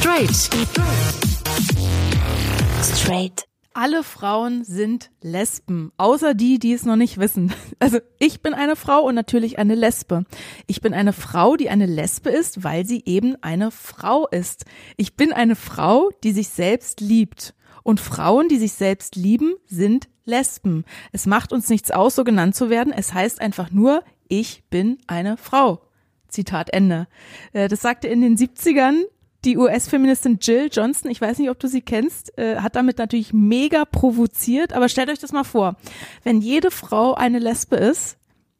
Straight. Alle Frauen sind Lesben, außer die es noch nicht wissen. Also ich bin eine Frau und natürlich eine Lesbe. Ich bin eine Frau, die eine Lesbe ist, weil sie eben eine Frau ist. Ich bin eine Frau, die sich selbst liebt. Und Frauen, die sich selbst lieben, sind Lesben. Es macht uns nichts aus, so genannt zu werden. Es heißt einfach nur, ich bin eine Frau. Zitat Ende. Das sagte in den 70ern die US-Feministin Jill Johnson, ich weiß nicht, ob du sie kennst, hat damit natürlich mega provoziert, aber stellt euch das mal vor, wenn jede Frau eine Lesbe ist,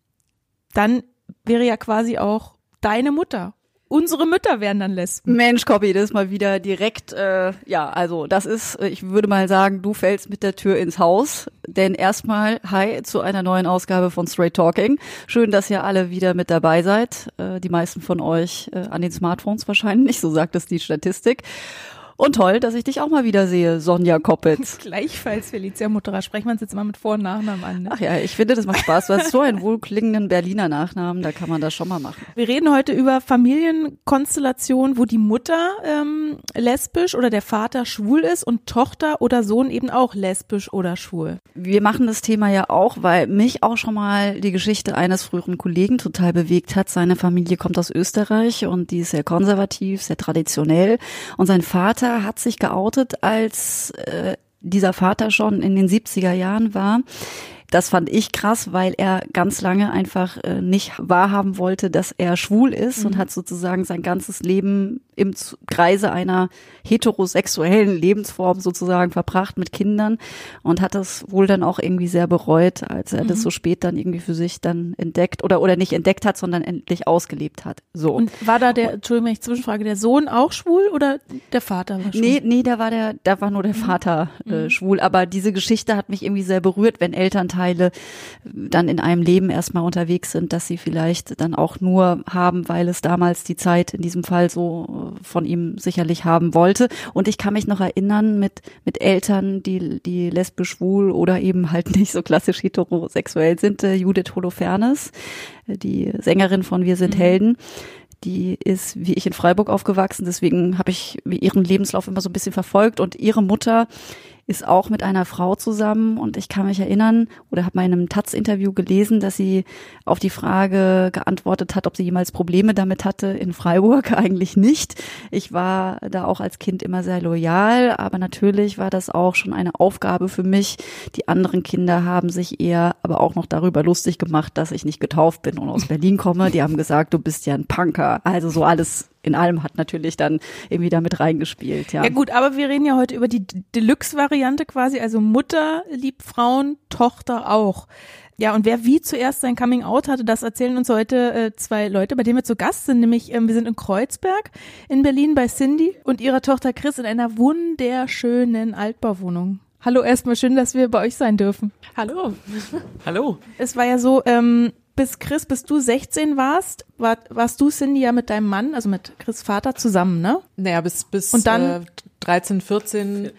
dann wäre ja quasi auch deine Mutter. Unsere Mütter wären dann Lesben. Mensch, Copy, das ist mal wieder direkt, also das ist, ich würde mal sagen, du fällst mit der Tür ins Haus, denn erstmal hi zu einer neuen Ausgabe von Straight Talking. Schön, dass ihr alle wieder mit dabei seid, die meisten von euch an den Smartphones wahrscheinlich, so sagt es die Statistik. Und toll, dass ich dich auch mal wieder sehe, Sonja Koppitz. Gleichfalls, Felicia Mutterer. Sprechen wir uns jetzt mal mit Vor- und Nachnamen an. Ne? Ach ja, ich finde, das macht Spaß. Du hast so einen wohlklingenden Berliner Nachnamen, da kann man das schon mal machen. Wir reden heute über Familienkonstellationen, wo die Mutter lesbisch oder der Vater schwul ist und Tochter oder Sohn eben auch lesbisch oder schwul. Wir machen das Thema ja auch, weil mich auch schon mal die Geschichte eines früheren Kollegen total bewegt hat. Seine Familie kommt aus Österreich und die ist sehr konservativ, sehr traditionell. Und sein Vater hat sich geoutet, als dieser Vater schon in den 70er Jahren war. Das fand ich krass, weil er ganz lange einfach nicht wahrhaben wollte, dass er schwul ist und hat sozusagen sein ganzes Leben im Kreise einer heterosexuellen Lebensform sozusagen verbracht mit Kindern und hat das wohl dann auch irgendwie sehr bereut, als er das so spät dann irgendwie für sich dann entdeckt oder nicht entdeckt hat, sondern endlich ausgelebt hat. So. Und war da Entschuldigung, wenn ich zwischenfrage, der Sohn auch schwul oder der Vater war schwul? Nee, da war nur der Vater schwul, aber diese Geschichte hat mich irgendwie sehr berührt, wenn Elternteile dann in einem Leben erstmal unterwegs sind, dass sie vielleicht dann auch nur haben, weil es damals die Zeit in diesem Fall so von ihm sicherlich haben wollte. Und ich kann mich noch erinnern mit Eltern, die lesbisch, schwul oder eben halt nicht so klassisch heterosexuell sind. Judith Holofernes, die Sängerin von Wir sind Helden. Die ist, wie ich, in Freiburg aufgewachsen, deswegen habe ich ihren Lebenslauf immer so ein bisschen verfolgt und ihre Mutter ist auch mit einer Frau zusammen und ich kann mich erinnern oder habe mal in einem Taz-Interview gelesen, dass sie auf die Frage geantwortet hat, ob sie jemals Probleme damit hatte in Freiburg. Eigentlich nicht. Ich war da auch als Kind immer sehr loyal, aber natürlich war das auch schon eine Aufgabe für mich. Die anderen Kinder haben sich eher aber auch noch darüber lustig gemacht, dass ich nicht getauft bin und aus Berlin komme. Die haben gesagt, du bist ja ein Punker. Also so alles in allem hat natürlich dann irgendwie damit reingespielt, ja. Ja gut, aber wir reden ja heute über die Deluxe-Variante quasi, also Mutter liebt Frauen, Tochter auch. Ja, und wer wie zuerst sein Coming-out hatte, das erzählen uns heute zwei Leute, bei denen wir zu Gast sind, nämlich wir sind in Kreuzberg in Berlin bei Cindy und ihrer Tochter Chris in einer wunderschönen Altbauwohnung. Hallo, erstmal schön, dass wir bei euch sein dürfen. Hallo. Hallo. Es war ja so, bis du 16 warst du, Cindy, ja mit deinem Mann, also mit Chris' Vater zusammen, ne? Naja, bis und dann 13, 14.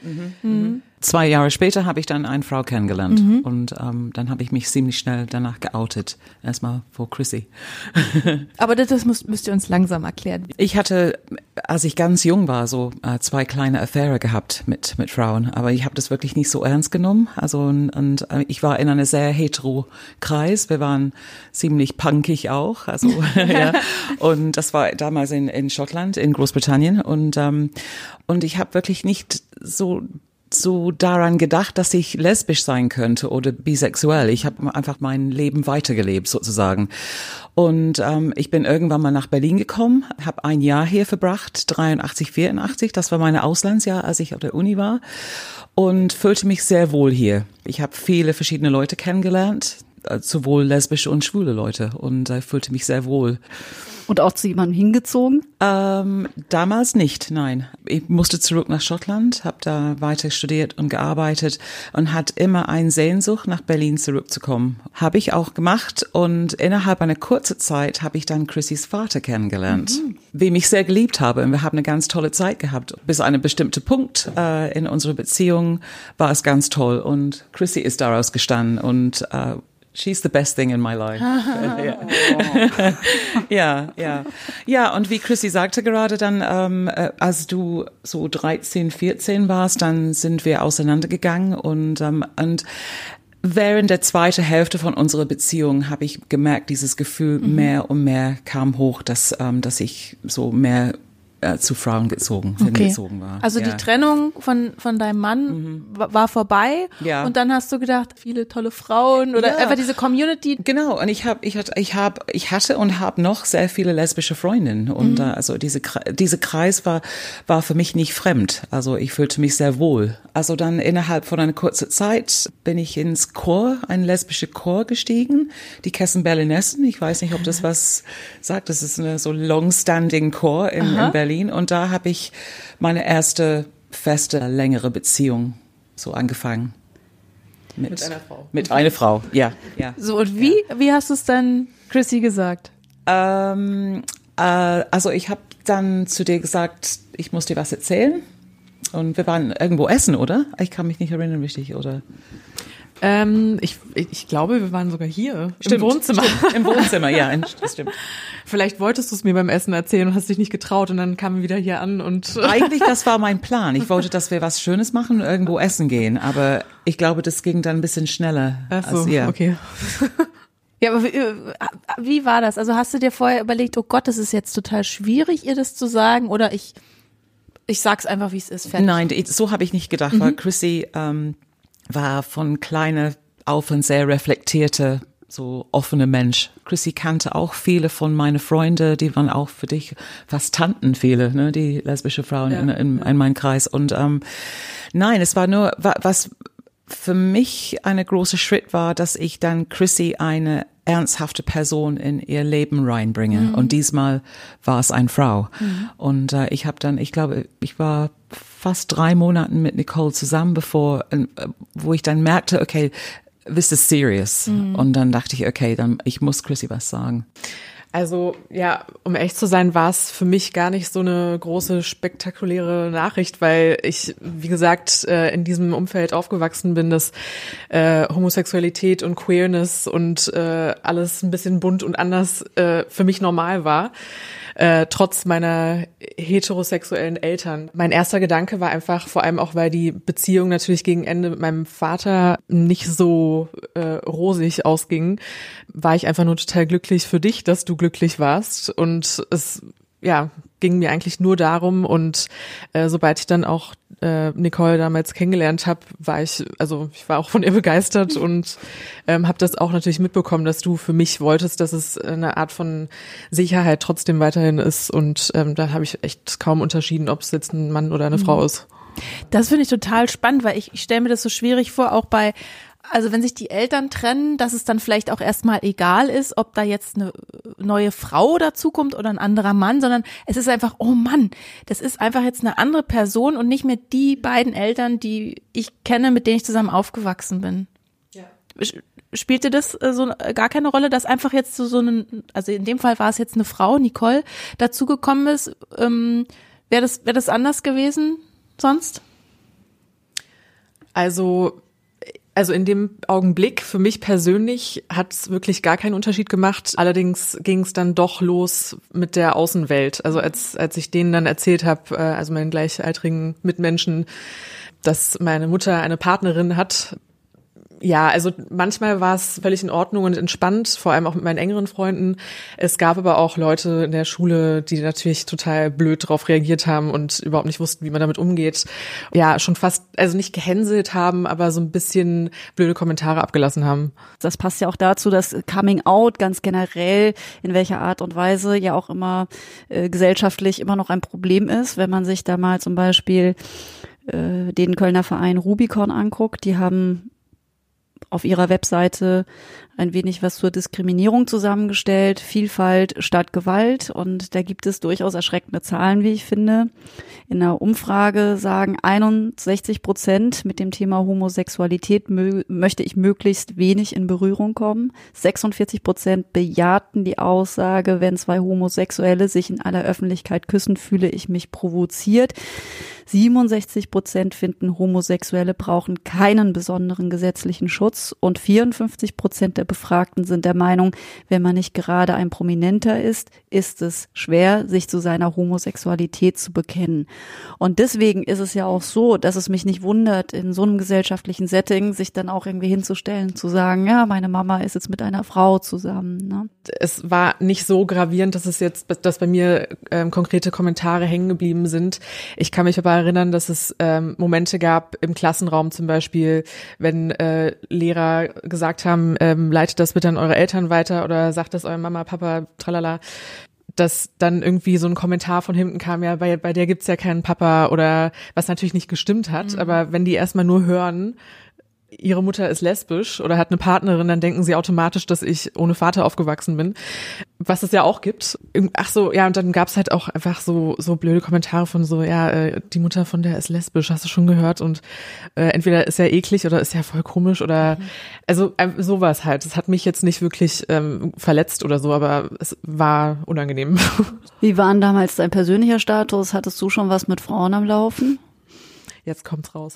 2 Jahre später habe ich dann eine Frau kennengelernt und dann habe ich mich ziemlich schnell danach geoutet. Erstmal vor Chrissy. Aber das müsst ihr uns langsam erklären. Ich hatte, als ich ganz jung war, so 2 kleine Affäre gehabt mit Frauen, aber ich habe das wirklich nicht so ernst genommen. Also und ich war in einem sehr hetero Kreis. Wir waren ziemlich punkig auch. Also ja. Und das war damals in Schottland, in Großbritannien und ich habe wirklich nicht so daran gedacht, dass ich lesbisch sein könnte oder bisexuell. Ich habe einfach mein Leben weitergelebt sozusagen. Und ich bin irgendwann mal nach Berlin gekommen, habe ein Jahr hier verbracht, 83, 84. Das war mein Auslandsjahr, als ich auf der Uni war und fühlte mich sehr wohl hier. Ich habe viele verschiedene Leute kennengelernt, sowohl lesbische und schwule Leute und fühlte mich sehr wohl. Und auch zu jemandem hingezogen? Damals nicht, nein. Ich musste zurück nach Schottland, habe da weiter studiert und gearbeitet und hatte immer eine Sehnsucht, nach Berlin zurückzukommen. Habe ich auch gemacht und innerhalb einer kurzen Zeit habe ich dann Chrissys Vater kennengelernt, wem ich sehr geliebt habe. Und wir haben eine ganz tolle Zeit gehabt. Bis einem bestimmten Punkt in unserer Beziehung war es ganz toll und Chrissy ist daraus gestanden und She's the best thing in my life. Ja, und wie Chrissy sagte gerade dann, als du so 13, 14 warst, dann sind wir auseinandergegangen und während der zweiten Hälfte von unserer Beziehung habe ich gemerkt, dieses Gefühl mehr und mehr kam hoch, dass ich so mehr zu Frauen hingezogen war. Also die Trennung von deinem Mann war vorbei und dann hast du gedacht, viele tolle Frauen oder einfach diese Community. Genau, und ich hatte und habe noch sehr viele lesbische Freundinnen und also diese Kreis war für mich nicht fremd. Also ich fühlte mich sehr wohl. Also dann innerhalb von einer kurzen Zeit bin ich ins Chor, ein lesbische Chor gestiegen, die Kessen Berlinessen. Ich weiß nicht, ob das was sagt. Das ist eine so long-standing Chor in Berlin. Und da habe ich meine erste feste, längere Beziehung so angefangen. Mit einer Frau. Mit einer Frau, ja. So, und wie hast du es dann Chrissy gesagt? Also ich habe dann zu dir gesagt, ich muss dir was erzählen. Und wir waren irgendwo essen, oder? Ich kann mich nicht erinnern richtig, oder? Ich glaube, wir waren sogar hier im Wohnzimmer. Stimmt, im Wohnzimmer, ja, das stimmt. Vielleicht wolltest du es mir beim Essen erzählen und hast dich nicht getraut und dann kamen wir wieder hier an und eigentlich, das war mein Plan. Ich wollte, dass wir was Schönes machen und irgendwo essen gehen, aber ich glaube, das ging dann ein bisschen schneller. Ach so, okay. Ja, aber wie war das? Also hast du dir vorher überlegt, oh Gott, das ist jetzt total schwierig, ihr das zu sagen, oder ich sag's einfach, wie es ist, fertig? Nein, so habe ich nicht gedacht, weil Chrissy war von kleiner auf ein sehr reflektierter, so offener Mensch. Chrissy kannte auch viele von meinen Freunden, die waren auch für dich fast Tanten, viele, ne, die lesbische Frauen in meinem Kreis. Und nein, es war nur, was für mich ein großer Schritt war, dass ich dann Chrissy eine ernsthafte Person in ihr Leben reinbringe. Und diesmal war es eine Frau. Und ich glaube, ich war fast 3 Monate mit Nicole zusammen, wo ich dann merkte, okay, this is serious. Und dann dachte ich, okay, ich muss Chrissy was sagen. Also ja, um echt zu sein, war es für mich gar nicht so eine große, spektakuläre Nachricht, weil ich, wie gesagt, in diesem Umfeld aufgewachsen bin, dass Homosexualität und Queerness und alles ein bisschen bunt und anders für mich normal war. Trotz meiner heterosexuellen Eltern. Mein erster Gedanke war einfach, vor allem auch, weil die Beziehung natürlich gegen Ende mit meinem Vater nicht so rosig ausging, war ich einfach nur total glücklich für dich, dass du glücklich warst. Und es ging mir eigentlich nur darum, und sobald ich dann auch Nicole damals kennengelernt habe, ich war auch von ihr begeistert und habe das auch natürlich mitbekommen, dass du für mich wolltest, dass es eine Art von Sicherheit trotzdem weiterhin ist, und da habe ich echt kaum unterschieden, ob es jetzt ein Mann oder eine Frau ist. Das finde ich total spannend, weil ich stelle mir das so schwierig vor, auch also wenn sich die Eltern trennen, dass es dann vielleicht auch erstmal egal ist, ob da jetzt eine neue Frau dazukommt oder ein anderer Mann, sondern es ist einfach, oh Mann, das ist einfach jetzt eine andere Person und nicht mehr die beiden Eltern, die ich kenne, mit denen ich zusammen aufgewachsen bin. Ja. Spielte das so gar keine Rolle, dass einfach jetzt also in dem Fall war es jetzt eine Frau, Nicole, dazugekommen ist? Wäre das anders gewesen sonst? Also in dem Augenblick, für mich persönlich, hat es wirklich gar keinen Unterschied gemacht. Allerdings ging es dann doch los mit der Außenwelt. Also als ich denen dann erzählt habe, also meinen gleichaltrigen Mitmenschen, dass meine Mutter eine Partnerin hat. Ja, also manchmal war es völlig in Ordnung und entspannt, vor allem auch mit meinen engeren Freunden. Es gab aber auch Leute in der Schule, die natürlich total blöd drauf reagiert haben und überhaupt nicht wussten, wie man damit umgeht. Ja, schon fast, also nicht gehänselt haben, aber so ein bisschen blöde Kommentare abgelassen haben. Das passt ja auch dazu, dass Coming Out ganz generell, in welcher Art und Weise ja auch immer gesellschaftlich immer noch ein Problem ist. Wenn man sich da mal zum Beispiel den Kölner Verein Rubicon anguckt, die haben auf ihrer Webseite ein wenig was zur Diskriminierung zusammengestellt, Vielfalt statt Gewalt, und da gibt es durchaus erschreckende Zahlen, wie ich finde. In einer Umfrage sagen 61% mit dem Thema Homosexualität möchte ich möglichst wenig in Berührung kommen. 46% bejahten die Aussage, wenn 2 Homosexuelle sich in aller Öffentlichkeit küssen, fühle ich mich provoziert. 67% finden, Homosexuelle brauchen keinen besonderen gesetzlichen Schutz und 54% der Befragten sind der Meinung, wenn man nicht gerade ein Prominenter ist es schwer, sich zu seiner Homosexualität zu bekennen. Und deswegen ist es ja auch so, dass es mich nicht wundert, in so einem gesellschaftlichen Setting sich dann auch irgendwie hinzustellen, zu sagen, ja, meine Mama ist jetzt mit einer Frau zusammen. Ne? Es war nicht so gravierend, dass bei mir konkrete Kommentare hängen geblieben sind. Ich kann mich aber erinnern, dass es Momente gab im Klassenraum zum Beispiel, wenn Lehrer gesagt haben, leitet das bitte an eure Eltern weiter oder sagt das eurem Mama, Papa, tralala, dass dann irgendwie so ein Kommentar von hinten kam, ja, bei der gibt's ja keinen Papa oder was natürlich nicht gestimmt hat, aber wenn die erstmal nur hören, ihre Mutter ist lesbisch oder hat eine Partnerin, dann denken sie automatisch, dass ich ohne Vater aufgewachsen bin, was es ja auch gibt. Ach so, ja, und dann gab's halt auch einfach so blöde Kommentare von so, ja, die Mutter von der ist lesbisch, hast du schon gehört? Und entweder ist ja eklig oder ist ja voll komisch oder also sowas halt. Das hat mich jetzt nicht wirklich verletzt oder so, aber es war unangenehm. Wie war denn damals dein persönlicher Status? Hattest du schon was mit Frauen am Laufen? Jetzt kommt's raus.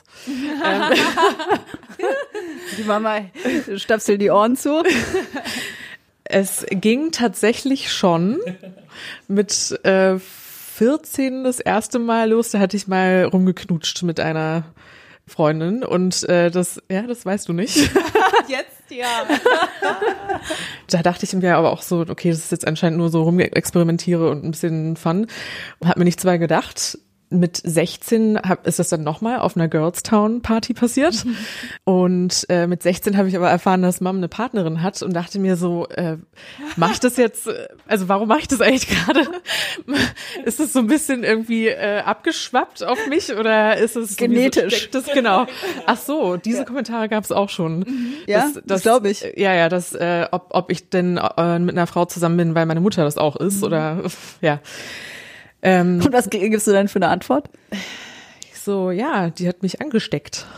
Die Mama stöpselt die Ohren zu. Es ging tatsächlich schon mit 14 das erste Mal los. Da hatte ich mal rumgeknutscht mit einer Freundin und das weißt du nicht. Jetzt ja. Da dachte ich mir aber auch so, okay, das ist jetzt anscheinend nur so rumexperimentiere und ein bisschen Fun. Hat mir nichts dabei gedacht. Mit 16 ist das dann nochmal auf einer Girlstown-Party passiert. Und mit 16 habe ich aber erfahren, dass Mom eine Partnerin hat und dachte mir so, mache ich das jetzt, also warum mache ich das eigentlich gerade? Ist das so ein bisschen irgendwie abgeschwappt auf mich oder ist es genetisch? So, genau. Ach so, diese Kommentare gab es auch schon. Ja, das glaube ich. Ja, ob ich denn mit einer Frau zusammen bin, weil meine Mutter das auch ist oder ja. Und was gibst du dann für eine Antwort? Ich so, ja, die hat mich angesteckt.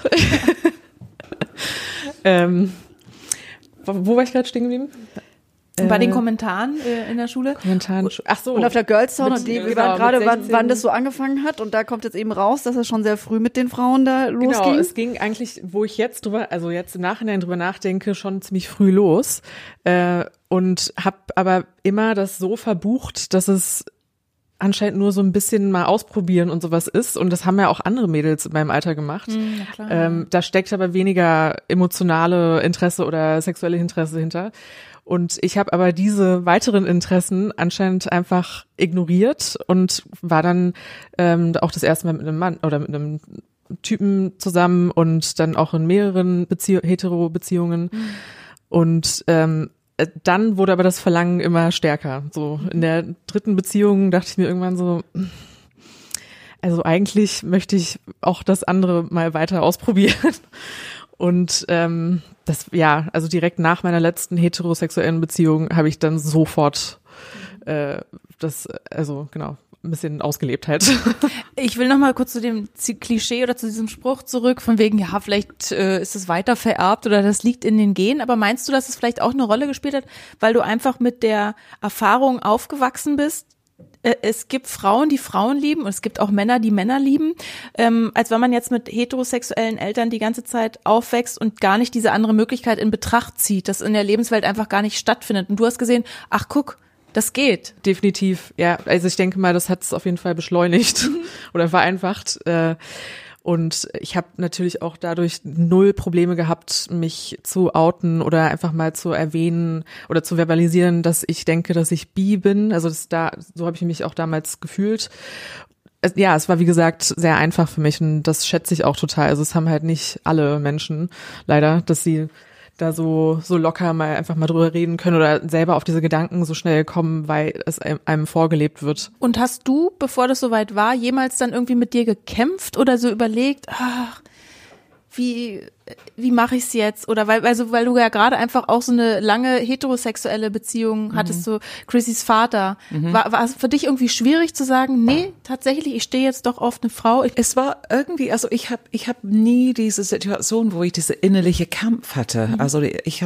Wo war ich gerade stehen geblieben? Bei den Kommentaren in der Schule? Ach so. Und auf der Girlstown, und die waren gerade, wann das so angefangen hat. Und da kommt jetzt eben raus, dass es schon sehr früh mit den Frauen da losging. Genau, es ging eigentlich, wo ich jetzt im Nachhinein drüber nachdenke, schon ziemlich früh los. Und habe aber immer das so verbucht, dass es anscheinend nur so ein bisschen mal ausprobieren und sowas ist. Und das haben ja auch andere Mädels in meinem Alter gemacht. Ja, klar. Da steckt aber weniger emotionale Interesse oder sexuelle Interesse hinter. Und ich habe aber diese weiteren Interessen anscheinend einfach ignoriert und war dann auch das erste Mal mit einem Mann oder mit einem Typen zusammen und dann auch in mehreren Hetero-Beziehungen. Und dann wurde aber das Verlangen immer stärker. So in der 3. Beziehung dachte ich mir irgendwann so, also eigentlich möchte ich auch das andere mal weiter ausprobieren. Und also direkt nach meiner letzten heterosexuellen Beziehung habe ich dann sofort ein bisschen ausgelebt halt. Ich will noch mal kurz zu dem Klischee oder zu diesem Spruch zurück, von wegen, ja, vielleicht ist es weiter vererbt oder das liegt in den Genen, aber meinst du, dass es vielleicht auch eine Rolle gespielt hat, weil du einfach mit der Erfahrung aufgewachsen bist? Es gibt Frauen, die Frauen lieben und es gibt auch Männer, die Männer lieben, als wenn man jetzt mit heterosexuellen Eltern die ganze Zeit aufwächst und gar nicht diese andere Möglichkeit in Betracht zieht, dass in der Lebenswelt einfach gar nicht stattfindet. Und du hast gesehen, ach guck, das geht. Definitiv, ja. Also ich denke mal, das hat es auf jeden Fall beschleunigt oder vereinfacht. Und ich habe natürlich auch dadurch 0 Probleme gehabt, mich zu outen oder einfach mal zu erwähnen oder zu verbalisieren, dass ich denke, dass ich bi bin. Also so habe ich mich auch damals gefühlt. Ja, es war wie gesagt sehr einfach für mich und das schätze ich auch total. Also es haben halt nicht alle Menschen leider, dass sie da so locker einfach mal drüber reden können oder selber auf diese Gedanken so schnell kommen, weil es einem vorgelebt wird. Und hast du, bevor das soweit war, jemals dann irgendwie mit dir gekämpft oder so überlegt, ach, wie wie mache ich es jetzt? Oder weil du ja gerade einfach auch so eine lange heterosexuelle Beziehung hattest zu Chrissys Vater. War es für dich irgendwie schwierig zu sagen, nee, tatsächlich, ich stehe jetzt doch auf eine Frau? Es war irgendwie, also ich hab nie diese Situation, wo ich diese innerliche Kampf hatte. Also ich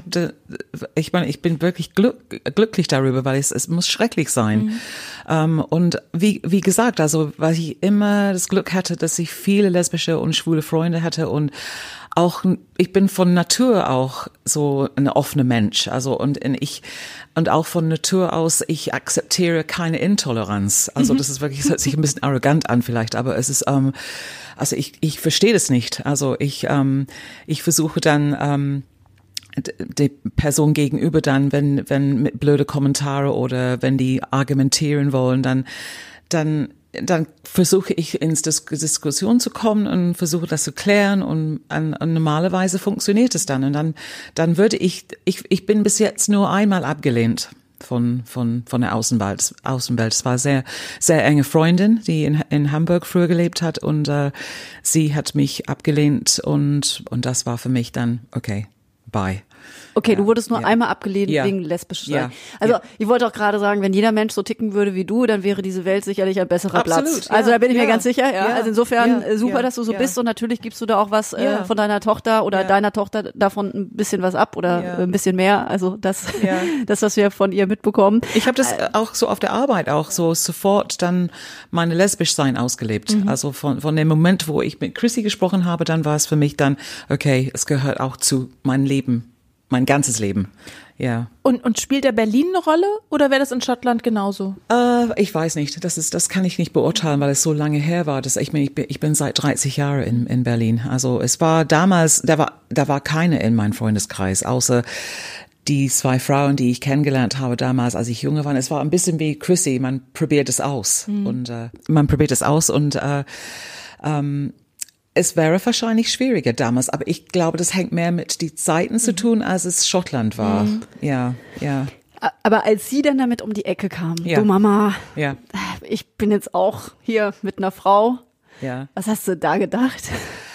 bin wirklich glücklich darüber, weil es muss schrecklich sein. Und wie gesagt, also weil ich immer das Glück hatte, dass ich viele lesbische und schwule Freunde hatte und auch, ich bin von Natur auch so ein offener Mensch, also und auch von Natur aus, ich akzeptiere keine Intoleranz. Also das ist wirklich, das hört sich ein bisschen arrogant an vielleicht, aber es ist, also ich verstehe das nicht. Also ich versuche dann, die Person gegenüber dann, wenn mit blöde Kommentare oder wenn die argumentieren wollen, dann versuche ich ins Diskussion zu kommen und versuche das zu klären und normalerweise funktioniert es dann. Und dann würde ich bin bis jetzt nur einmal abgelehnt von der Außenwelt. Es war sehr, sehr enge Freundin, die in Hamburg früher gelebt hat und sie hat mich abgelehnt und das war für mich dann okay, bye. Okay, du wurdest nur einmal abgelehnt wegen lesbisch sein. Also ich wollte auch gerade sagen, wenn jeder Mensch so ticken würde wie du, dann wäre diese Welt sicherlich ein besserer Platz. Also da bin ich mir ganz sicher. Ja. Also insofern super, dass du so bist und natürlich gibst du da auch was von deiner Tochter oder deiner Tochter davon ein bisschen was ab oder ein bisschen mehr. Also das was wir von ihr mitbekommen. Ich habe das auch so auf der Arbeit auch so sofort dann meine Lesbischsein ausgelebt. Also von dem Moment, wo ich mit Chrissy gesprochen habe, dann war es für mich dann, okay, es gehört auch zu meinem Leben. Mein ganzes Leben, ja. Und spielt der Berlin eine Rolle oder wäre das in Schottland genauso? Ich weiß nicht. Das kann ich nicht beurteilen, weil es so lange her war. Ich bin seit 30 Jahren in Berlin. Also es war damals, da war keine in meinem Freundeskreis, außer die 2 Frauen, die ich kennengelernt habe damals, als ich jünger war. Es war ein bisschen wie Chrissy, man probiert es aus und es wäre wahrscheinlich schwieriger damals, aber ich glaube, das hängt mehr mit den Zeiten zu tun, als es Schottland war. Ja. Aber als sie dann damit um die Ecke kam, du Mama, ich bin jetzt auch hier mit einer Frau. Ja. Was hast du da gedacht?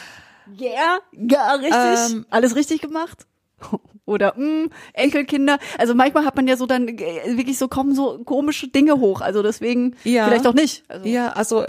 Gar richtig? Alles richtig gemacht? Oder Enkelkinder. Also manchmal hat man ja so dann wirklich so kommen so komische Dinge hoch. Also deswegen vielleicht auch nicht. Also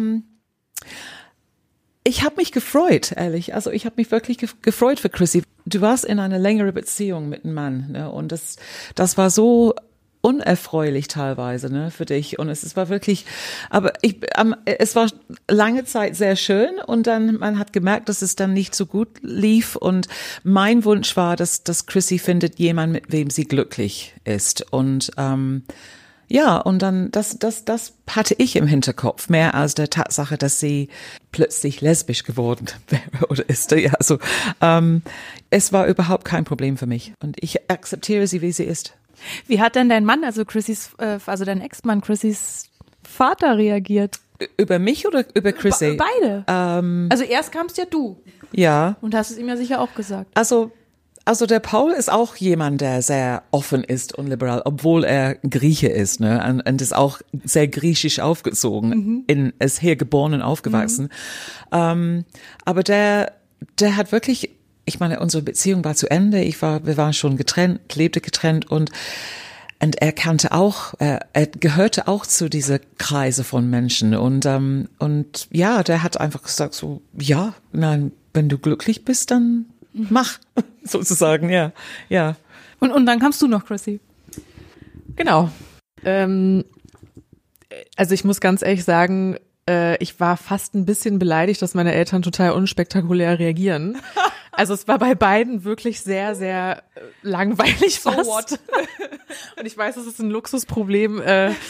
ich habe mich gefreut, ehrlich. Also ich habe mich wirklich gefreut für Chrissy. Du warst in einer längeren Beziehung mit einem Mann, ne? Und das war so unerfreulich teilweise, ne, für dich. Und es war wirklich, aber es war lange Zeit sehr schön und dann man hat gemerkt, dass es dann nicht so gut lief. Und mein Wunsch war, dass Chrissy findet jemanden, mit wem sie glücklich ist. Und und dann, das hatte ich im Hinterkopf, mehr als der Tatsache, dass sie plötzlich lesbisch geworden wäre oder ist. Ja, also, es war überhaupt kein Problem für mich und ich akzeptiere sie, wie sie ist. Wie hat denn dein Mann, also dein Ex-Mann, Chrissys Vater reagiert? Über mich oder über Chrissy? Beide. Also erst kamst ja du. Ja. Und hast es ihm ja sicher auch gesagt. Also der Paul ist auch jemand, der sehr offen ist und liberal, obwohl er Grieche ist, ne, und ist auch sehr griechisch aufgezogen, ist hier geboren und aufgewachsen. Aber der hat wirklich, ich meine, unsere Beziehung war zu Ende, wir waren schon getrennt, lebte getrennt und er kannte auch, er gehörte auch zu dieser Kreise von Menschen und der hat einfach gesagt so, wenn du glücklich bist, dann mach, sozusagen, ja. Und dann kamst du noch, Chrissy. Genau. Also ich muss ganz ehrlich sagen, ich war fast ein bisschen beleidigt, dass meine Eltern total unspektakulär reagieren. Also es war bei beiden wirklich sehr, sehr langweilig fast. So what? Und ich weiß, das ist ein Luxusproblem.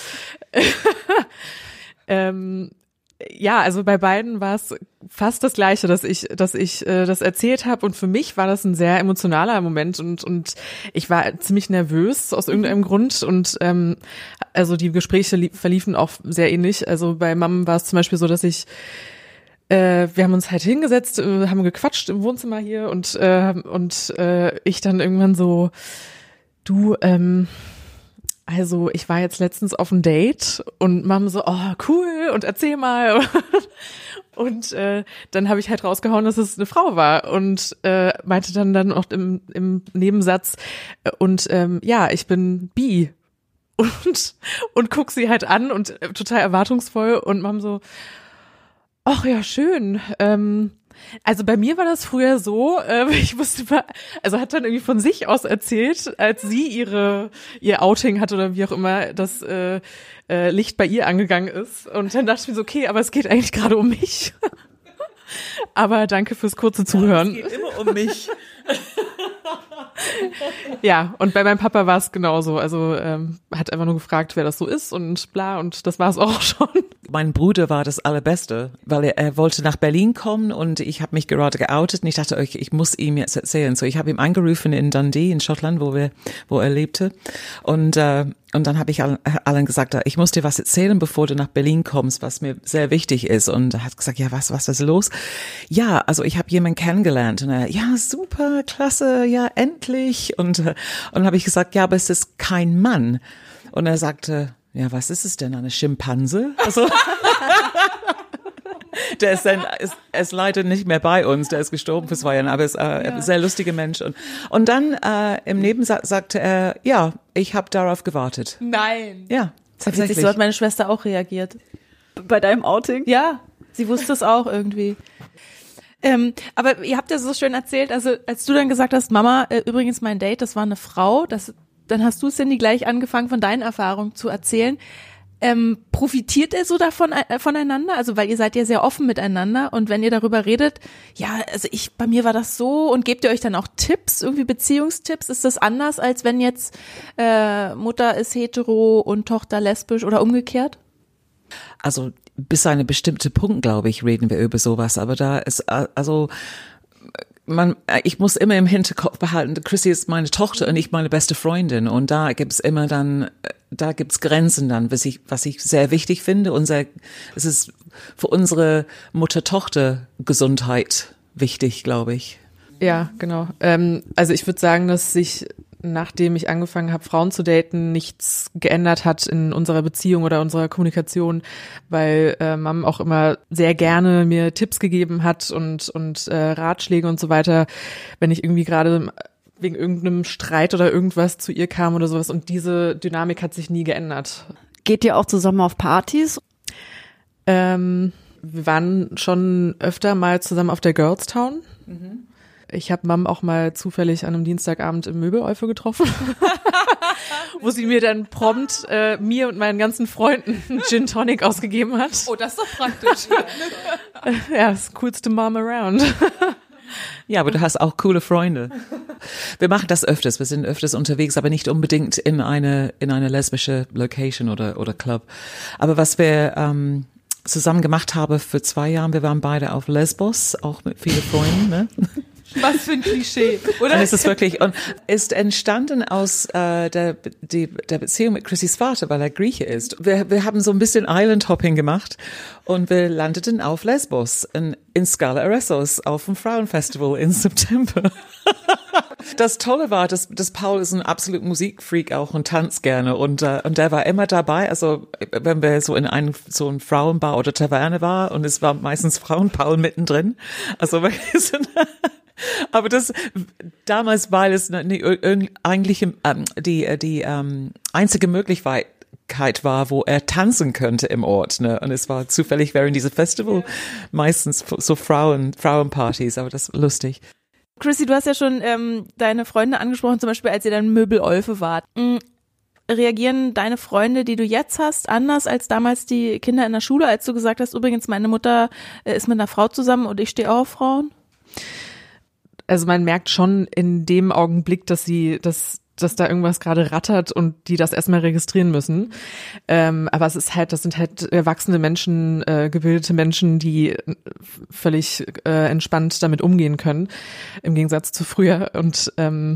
Also bei beiden war es fast das Gleiche, dass ich das erzählt habe und für mich war das ein sehr emotionaler Moment und ich war ziemlich nervös aus irgendeinem Grund und also die Gespräche verliefen auch sehr ähnlich. Also bei Mom war es zum Beispiel so, dass wir haben uns halt hingesetzt, haben gequatscht im Wohnzimmer hier und ich dann irgendwann so, du, also ich war jetzt letztens auf einem Date und Mom so, oh cool und erzähl mal Und dann habe ich halt rausgehauen, dass es eine Frau war und meinte dann auch im Nebensatz ja, ich bin bi. Und guck sie halt an und total erwartungsvoll und Mom so, ach ja, schön. Also bei mir war das früher so, ich wusste mal, also hat dann irgendwie von sich aus erzählt, als sie ihr Outing hatte oder wie auch immer, das Licht bei ihr angegangen ist. Und dann dachte ich mir so, okay, aber es geht eigentlich gerade um mich. Aber danke fürs kurze Zuhören. Es geht immer um mich. Ja, und bei meinem Papa war es genauso. Also hat einfach nur gefragt, wer das so ist und bla, und das war es auch schon. Mein Bruder war das Allerbeste, weil er wollte nach Berlin kommen und ich habe mich gerade geoutet und ich dachte, okay, ich muss ihm jetzt erzählen. So, ich habe ihm angerufen in Dundee in Schottland, wo er lebte, und dann habe ich allen gesagt, ich muss dir was erzählen, bevor du nach Berlin kommst, was mir sehr wichtig ist. Und er hat gesagt, ja, was ist los? Ja, also ich habe jemanden kennengelernt. Und er, ja, super, klasse, ja, endlich. Und dann habe ich gesagt, ja, aber es ist kein Mann. Und er sagte, ja, was ist es denn, eine Schimpanse? Also der ist leider nicht mehr bei uns, der ist gestorben vor 2 Jahren, aber ist ein sehr lustiger Mensch. Und dann im Nebensatz sagte er, ja, ich habe darauf gewartet. Nein. Ja, tatsächlich. So hat meine Schwester auch reagiert. Bei deinem Outing? Ja, sie wusste es auch irgendwie. Aber ihr habt ja so schön erzählt, also als du dann gesagt hast, Mama, übrigens mein Date, das war eine Frau, dann hast du, Cindy, gleich angefangen, von deinen Erfahrungen zu erzählen. Profitiert ihr so davon voneinander? Also weil ihr seid ja sehr offen miteinander und wenn ihr darüber redet, ja, also bei mir war das so, und gebt ihr euch dann auch Tipps, irgendwie Beziehungstipps? Ist das anders, als wenn jetzt Mutter ist hetero und Tochter lesbisch oder umgekehrt? Also bis zu einem bestimmten Punkt, glaube ich, reden wir über sowas, aber da ist ich muss immer im Hinterkopf behalten, Chrissy ist meine Tochter und ich meine beste Freundin, und da gibt's Grenzen dann, was ich sehr wichtig finde, es ist für unsere Mutter-Tochter-Gesundheit wichtig, glaube ich. Ja, genau. Also ich würde sagen, dass sich, nachdem ich angefangen habe, Frauen zu daten, nichts geändert hat in unserer Beziehung oder unserer Kommunikation, weil Mom auch immer sehr gerne mir Tipps gegeben hat und Ratschläge und so weiter, wenn ich irgendwie gerade wegen irgendeinem Streit oder irgendwas zu ihr kam oder sowas, und diese Dynamik hat sich nie geändert. Geht ihr auch zusammen auf Partys? Wir waren schon öfter mal zusammen auf der Girls Town. Mhm. Ich habe Mom auch mal zufällig an einem Dienstagabend im Möbel-Eufel getroffen, wo sie mir dann prompt mir und meinen ganzen Freunden einen Gin Tonic ausgegeben hat. Oh, das ist doch praktisch. Ja, das coolste Mom around. Ja, aber du hast auch coole Freunde. Wir machen das öfters, wir sind öfters unterwegs, aber nicht unbedingt in eine lesbische Location oder Club. Aber was wir zusammen gemacht haben für 2 Jahre, wir waren beide auf Lesbos, auch mit vielen Freunden, ne? Was für ein Klischee, oder? Und es ist wirklich, und ist entstanden aus der Beziehung mit Chrissys Vater, weil er Grieche ist. Wir haben so ein bisschen Island-Hopping gemacht und wir landeten auf Lesbos in Scala Eressos auf dem Frauenfestival im September. Das Tolle war, dass Paul ist ein absolut Musikfreak auch und tanzt gerne, und der war immer dabei. Also wenn wir so in so einem Frauenbar oder Taverne war, und es war meistens Frauen-Paul mittendrin. Also wir sind aber das damals, weil es eigentlich die einzige Möglichkeit war, wo er tanzen könnte im Ort, ne? Und es war zufällig während diesem Festival meistens so Frauenpartys, aber das ist lustig. Chrissy, du hast ja schon deine Freunde angesprochen, zum Beispiel als ihr dann Möbel-Eufel wart. Reagieren deine Freunde, die du jetzt hast, anders als damals die Kinder in der Schule, als du gesagt hast, übrigens, meine Mutter ist mit einer Frau zusammen und ich stehe auch auf Frauen? Also man merkt schon in dem Augenblick, dass da irgendwas gerade rattert und die das erstmal registrieren müssen. Aber das sind halt erwachsene Menschen, gebildete Menschen, die völlig entspannt damit umgehen können, im Gegensatz zu früher. Und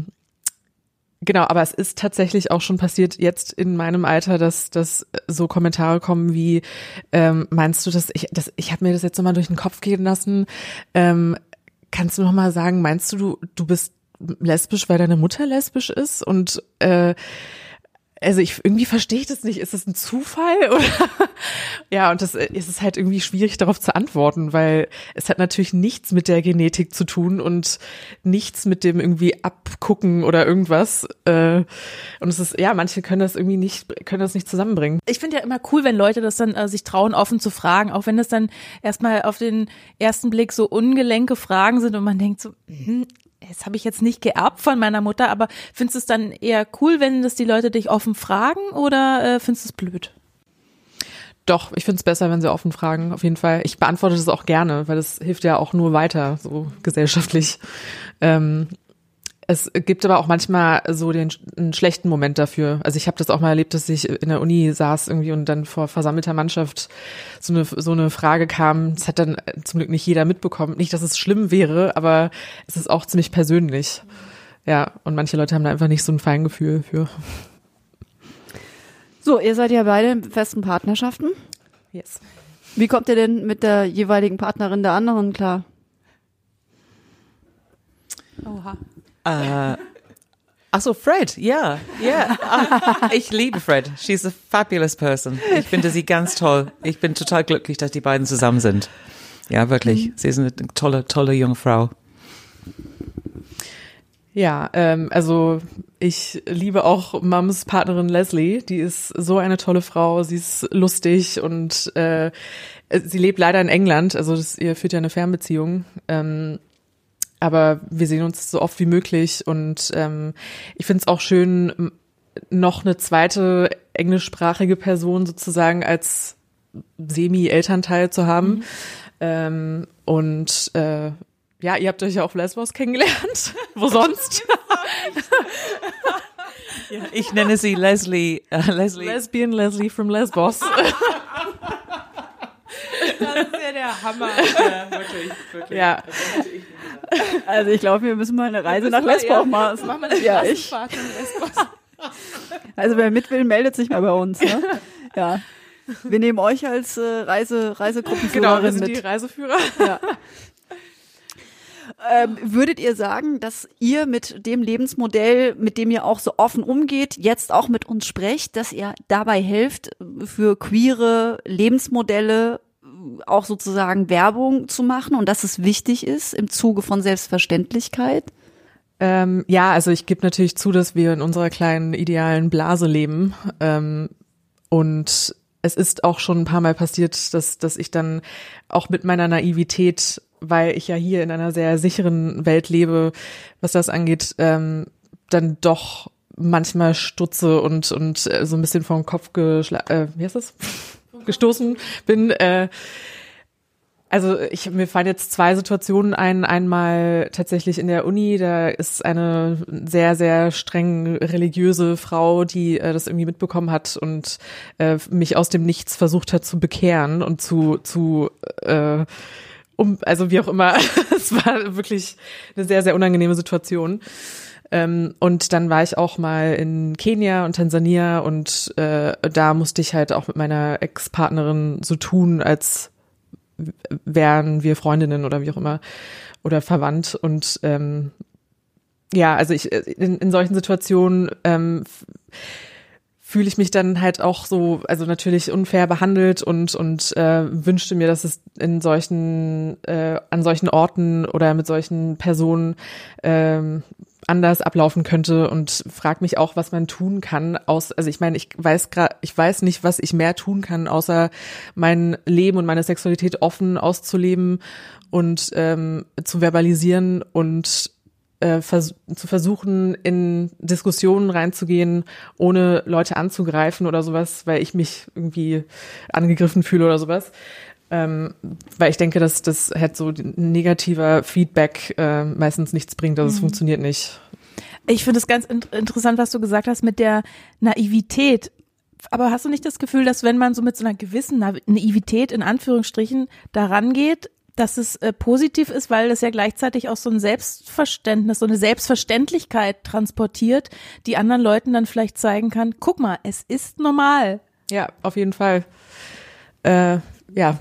genau, aber es ist tatsächlich auch schon passiert jetzt in meinem Alter, dass so Kommentare kommen wie, meinst du, ich habe mir das jetzt nochmal durch den Kopf gehen lassen, kannst du noch mal sagen, meinst du bist lesbisch, weil deine Mutter lesbisch ist? Und also irgendwie verstehe ich das nicht. Ist das ein Zufall oder? Ja, und das ist es halt irgendwie schwierig darauf zu antworten, weil es hat natürlich nichts mit der Genetik zu tun und nichts mit dem irgendwie abgucken oder irgendwas. Und es ist, ja, manche können das nicht zusammenbringen. Ich finde ja immer cool, wenn Leute das dann sich trauen, offen zu fragen, auch wenn das dann erstmal auf den ersten Blick so ungelenke Fragen sind und man denkt so, das habe ich jetzt nicht geerbt von meiner Mutter, aber findest du es dann eher cool, wenn das die Leute dich offen fragen oder findest du es blöd? Doch, ich finde es besser, wenn sie offen fragen, auf jeden Fall. Ich beantworte das auch gerne, weil das hilft ja auch nur weiter, so gesellschaftlich. Es gibt aber auch manchmal so einen schlechten Moment dafür. Also ich habe das auch mal erlebt, dass ich in der Uni saß irgendwie und dann vor versammelter Mannschaft so eine Frage kam. Das hat dann zum Glück nicht jeder mitbekommen. Nicht, dass es schlimm wäre, aber es ist auch ziemlich persönlich. Ja, und manche Leute haben da einfach nicht so ein Feingefühl für. So, ihr seid ja beide in festen Partnerschaften. Yes. Wie kommt ihr denn mit der jeweiligen Partnerin der anderen klar? Oha. Ach so, Fred, ja. Ich liebe Fred. She's a fabulous person. Ich finde sie ganz toll. Ich bin total glücklich, dass die beiden zusammen sind. Ja, wirklich. Sie ist eine tolle junge Frau. Ja, also ich liebe auch Mums Partnerin Leslie. Die ist so eine tolle Frau. Sie ist lustig und sie lebt leider in England. Also ihr führt ja eine Fernbeziehung. Aber wir sehen uns so oft wie möglich und ich finde es auch schön, noch eine zweite englischsprachige Person sozusagen als Semi-Elternteil zu haben. Und ja, ihr habt euch ja auf Lesbos kennengelernt. Wo sonst? Ja, ich nenne sie Leslie. Lesbian Leslie from Lesbos. Das ist ja der Hammer. Ja, wirklich. Ja. Also ich glaube, wir müssen mal eine Reise nach Lesbos machen. Machen wir eine Klassenfahrt nach Lesbos. Also wer mit will, meldet sich mal bei uns. Ne? Ja. Wir nehmen euch als Reisegruppenführerin genau, wir sind mit. Die Reiseführer. Ja. Würdet ihr sagen, dass ihr mit dem Lebensmodell, mit dem ihr auch so offen umgeht, jetzt auch mit uns sprecht, dass ihr dabei helft, für queere Lebensmodelle auch sozusagen Werbung zu machen und dass es wichtig ist im Zuge von Selbstverständlichkeit? Ja, also ich gebe natürlich zu, dass wir in unserer kleinen idealen Blase leben und es ist auch schon ein paar Mal passiert, dass ich dann auch mit meiner Naivität, weil ich ja hier in einer sehr sicheren Welt lebe, was das angeht, dann doch manchmal stutze und so ein bisschen vor den Kopf gestoßen bin. Also mir fallen jetzt zwei Situationen ein. Einmal tatsächlich in der Uni, da ist eine sehr, sehr streng religiöse Frau, die das irgendwie mitbekommen hat und mich aus dem Nichts versucht hat zu bekehren und also wie auch immer. Es war wirklich eine sehr, sehr unangenehme Situation. Und dann war ich auch mal in Kenia und Tansania und da musste ich halt auch mit meiner Ex-Partnerin so tun, als wären wir Freundinnen oder wie auch immer oder verwandt und ja, also ich in solchen Situationen fühle ich mich dann halt auch so, also natürlich unfair behandelt und wünschte mir, dass es in solchen an solchen Orten oder mit solchen Personen anders ablaufen könnte und frag mich auch, was man tun kann also ich meine, ich weiß nicht, was ich mehr tun kann, außer mein Leben und meine Sexualität offen auszuleben und zu verbalisieren und zu versuchen, in Diskussionen reinzugehen, ohne Leute anzugreifen oder sowas, weil ich mich irgendwie angegriffen fühle oder sowas. Weil ich denke, dass das halt so ein negativer Feedback meistens nichts bringt, also es funktioniert nicht. Ich finde es ganz interessant, was du gesagt hast mit der Naivität. Aber hast du nicht das Gefühl, dass wenn man so mit so einer gewissen Naivität in Anführungsstrichen daran geht, dass es positiv ist, weil das ja gleichzeitig auch so ein Selbstverständnis, so eine Selbstverständlichkeit transportiert, die anderen Leuten dann vielleicht zeigen kann, guck mal, es ist normal. Ja, auf jeden Fall. Ja.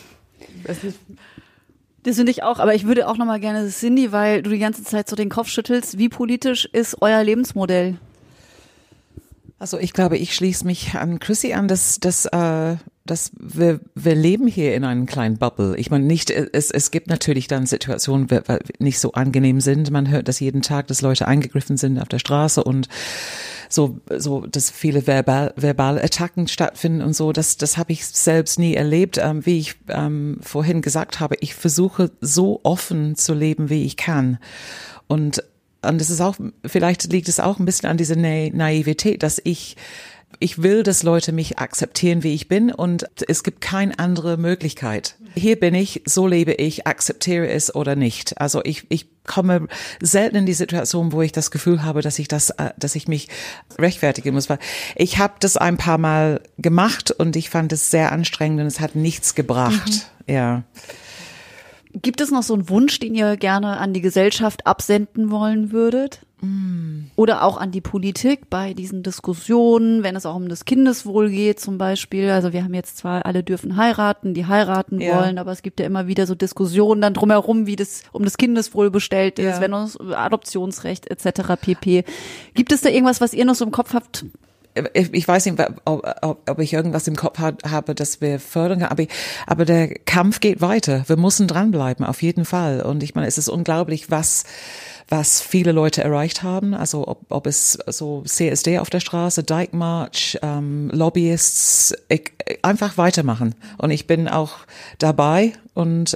Das finde ich auch, aber ich würde auch nochmal gerne, Cindy, weil du die ganze Zeit so den Kopf schüttelst, wie politisch ist euer Lebensmodell? Also ich glaube, ich schließe mich an Chrissy an, dass wir leben hier in einem kleinen Bubble. Ich meine, es gibt natürlich dann Situationen, die nicht so angenehm sind. Man hört das jeden Tag, dass Leute angegriffen sind auf der Straße und so, dass viele verbale Attacken stattfinden und so. Das habe ich selbst nie erlebt. Wie ich vorhin gesagt habe, ich versuche so offen zu leben, wie ich kann. Und es ist auch, vielleicht liegt es auch ein bisschen an dieser Naivität, dass ich will, dass Leute mich akzeptieren, wie ich bin, und es gibt keine andere Möglichkeit. Hier bin ich, so lebe ich, akzeptiere es oder nicht. Also ich komme selten in die Situation, wo ich das Gefühl habe, dass ich mich rechtfertigen muss. Weil ich habe das ein paar Mal gemacht und ich fand es sehr anstrengend und es hat nichts gebracht. Ja. Gibt es noch so einen Wunsch, den ihr gerne an die Gesellschaft absenden wollen würdet? Oder auch an die Politik bei diesen Diskussionen, wenn es auch um das Kindeswohl geht zum Beispiel. Also wir haben jetzt zwar alle dürfen heiraten, die heiraten wollen, aber es gibt ja immer wieder so Diskussionen dann drumherum, wie das um das Kindeswohl bestellt ist, wenn uns Adoptionsrecht etc. pp. Gibt es da irgendwas, was ihr noch so im Kopf habt? Ich weiß nicht, ob ich irgendwas im Kopf habe, das wir fördern können, aber der Kampf geht weiter. Wir müssen dranbleiben, auf jeden Fall. Und ich meine, es ist unglaublich, was viele Leute erreicht haben. Also ob es so CSD auf der Straße, Dyke March, Lobbyists, einfach weitermachen. Und ich bin auch dabei und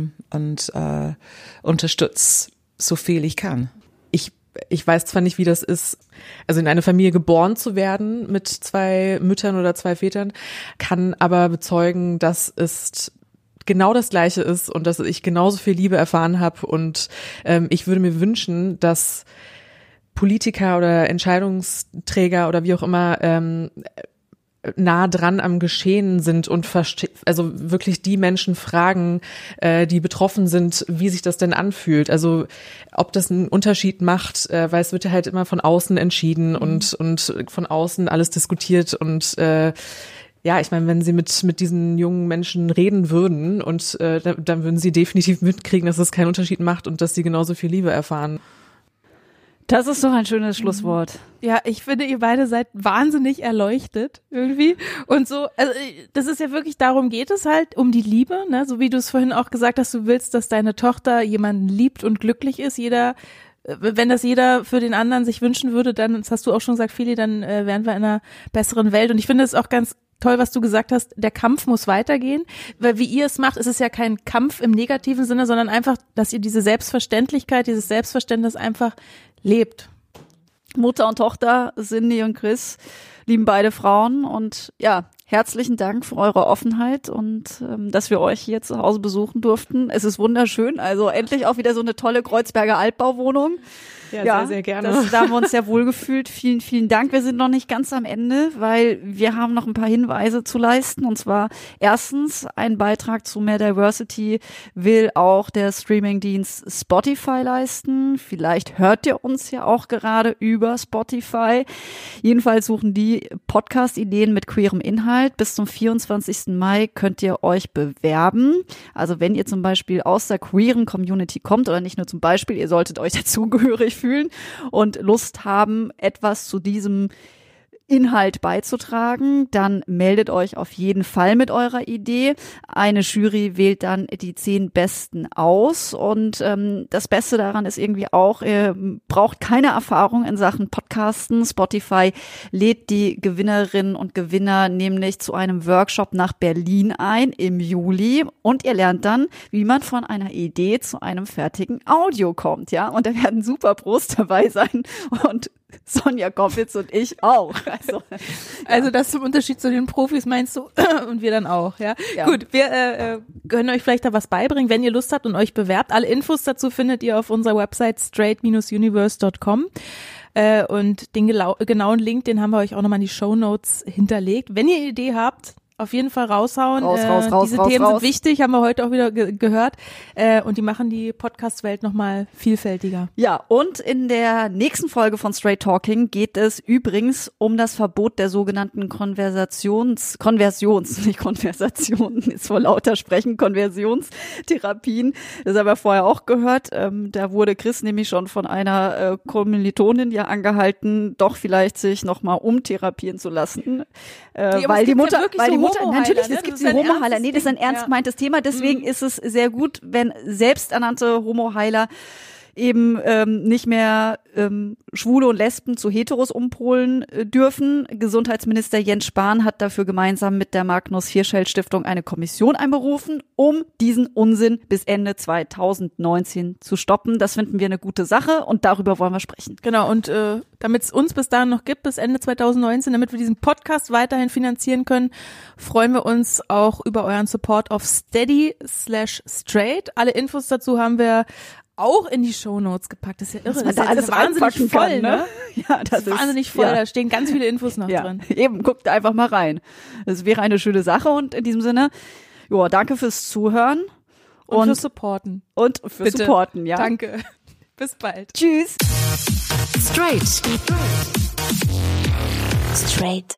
unterstütze so viel ich kann. Ich weiß zwar nicht, wie das ist, also in eine Familie geboren zu werden mit 2 Müttern oder 2 Vätern, kann aber bezeugen, dass es genau das Gleiche ist und dass ich genauso viel Liebe erfahren habe. Und ich würde mir wünschen, dass Politiker oder Entscheidungsträger oder wie auch immer nah dran am Geschehen sind und also wirklich die Menschen fragen, die betroffen sind, wie sich das denn anfühlt. Also ob das einen Unterschied macht, weil es wird ja halt immer von außen entschieden und von außen alles diskutiert und ja, ich meine, wenn sie mit diesen jungen Menschen reden würden und dann würden sie definitiv mitkriegen, dass es keinen Unterschied macht und dass sie genauso viel Liebe erfahren. Das ist doch ein schönes Schlusswort. Ja, ich finde, ihr beide seid wahnsinnig erleuchtet irgendwie und so, also das ist ja wirklich, darum geht es halt, um die Liebe, ne, so wie du es vorhin auch gesagt hast, du willst, dass deine Tochter jemanden liebt und glücklich ist, wenn das jeder für den anderen sich wünschen würde, dann, das hast du auch schon gesagt, Feli, dann wären wir in einer besseren Welt und ich finde es auch ganz toll, was du gesagt hast, der Kampf muss weitergehen, weil wie ihr es macht, ist es ja kein Kampf im negativen Sinne, sondern einfach, dass ihr diese Selbstverständlichkeit, dieses Selbstverständnis einfach lebt. Mutter und Tochter, Cindy und Chris, lieben beide Frauen und ja, herzlichen Dank für eure Offenheit und dass wir euch hier zu Hause besuchen durften. Es ist wunderschön, also endlich auch wieder so eine tolle Kreuzberger Altbauwohnung. Ja, sehr, sehr gerne. Da haben wir uns sehr wohl gefühlt. Vielen, vielen Dank. Wir sind noch nicht ganz am Ende, weil wir haben noch ein paar Hinweise zu leisten. Und zwar erstens, ein Beitrag zu mehr Diversity will auch der Streamingdienst Spotify leisten. Vielleicht hört ihr uns ja auch gerade über Spotify. Jedenfalls suchen die Podcast-Ideen mit queerem Inhalt. Bis zum 24. Mai könnt ihr euch bewerben. Also wenn ihr zum Beispiel aus der queeren Community kommt oder nicht nur zum Beispiel, ihr solltet euch dazugehörig fühlen und Lust haben, etwas zu diesem Inhalt beizutragen, dann meldet euch auf jeden Fall mit eurer Idee. Eine Jury wählt dann die 10 Besten aus und das Beste daran ist irgendwie auch, ihr braucht keine Erfahrung in Sachen Podcasten. Spotify lädt die Gewinnerinnen und Gewinner nämlich zu einem Workshop nach Berlin ein im Juli und ihr lernt dann, wie man von einer Idee zu einem fertigen Audio kommt, ja, und da werden super Pros dabei sein und Sonja Koppitz und ich auch. Also das zum Unterschied zu den Profis meinst du und wir dann auch, ja? Gut, wir können euch vielleicht da was beibringen, wenn ihr Lust habt und euch bewerbt. Alle Infos dazu findet ihr auf unserer Website straight-universe.com und den genauen Link, den haben wir euch auch nochmal in die Shownotes hinterlegt. Wenn ihr eine Idee habt, auf jeden Fall raushauen. Raus, diese Themen sind wichtig, haben wir heute auch wieder gehört. Und die machen die Podcast-Welt nochmal vielfältiger. Ja, und in der nächsten Folge von Straight Talking geht es übrigens um das Verbot der sogenannten Konversionstherapien. Das haben wir vorher auch gehört. Da wurde Chris nämlich schon von einer Kommilitonin ja angehalten, doch vielleicht sich nochmal umtherapieren zu lassen. Weil die Mutter, natürlich, es gibt die Homoheiler. Nee, das ist ein ernst gemeintes Thema. Deswegen ist es sehr gut, wenn selbsternannte Homoheiler eben nicht mehr Schwule und Lesben zu Heteros umpolen dürfen. Gesundheitsminister Jens Spahn hat dafür gemeinsam mit der Magnus-Hirschfeld-Stiftung eine Kommission einberufen, um diesen Unsinn bis Ende 2019 zu stoppen. Das finden wir eine gute Sache und darüber wollen wir sprechen. Genau, und damit es uns bis dahin noch gibt, bis Ende 2019, damit wir diesen Podcast weiterhin finanzieren können, freuen wir uns auch über euren Support auf steady/straight. Alle Infos dazu haben wir auch in die Shownotes gepackt. Das ist ja irre. Das ist alles wahnsinnig voll, kann, ne? Ja, das ist wahnsinnig voll. Ja. Da stehen ganz viele Infos noch drin. Eben, guckt einfach mal rein. Das wäre eine schöne Sache und in diesem Sinne, ja, danke fürs Zuhören. Und fürs Supporten. Und fürs Supporten, ja. Danke. Bis bald. Tschüss. Straight.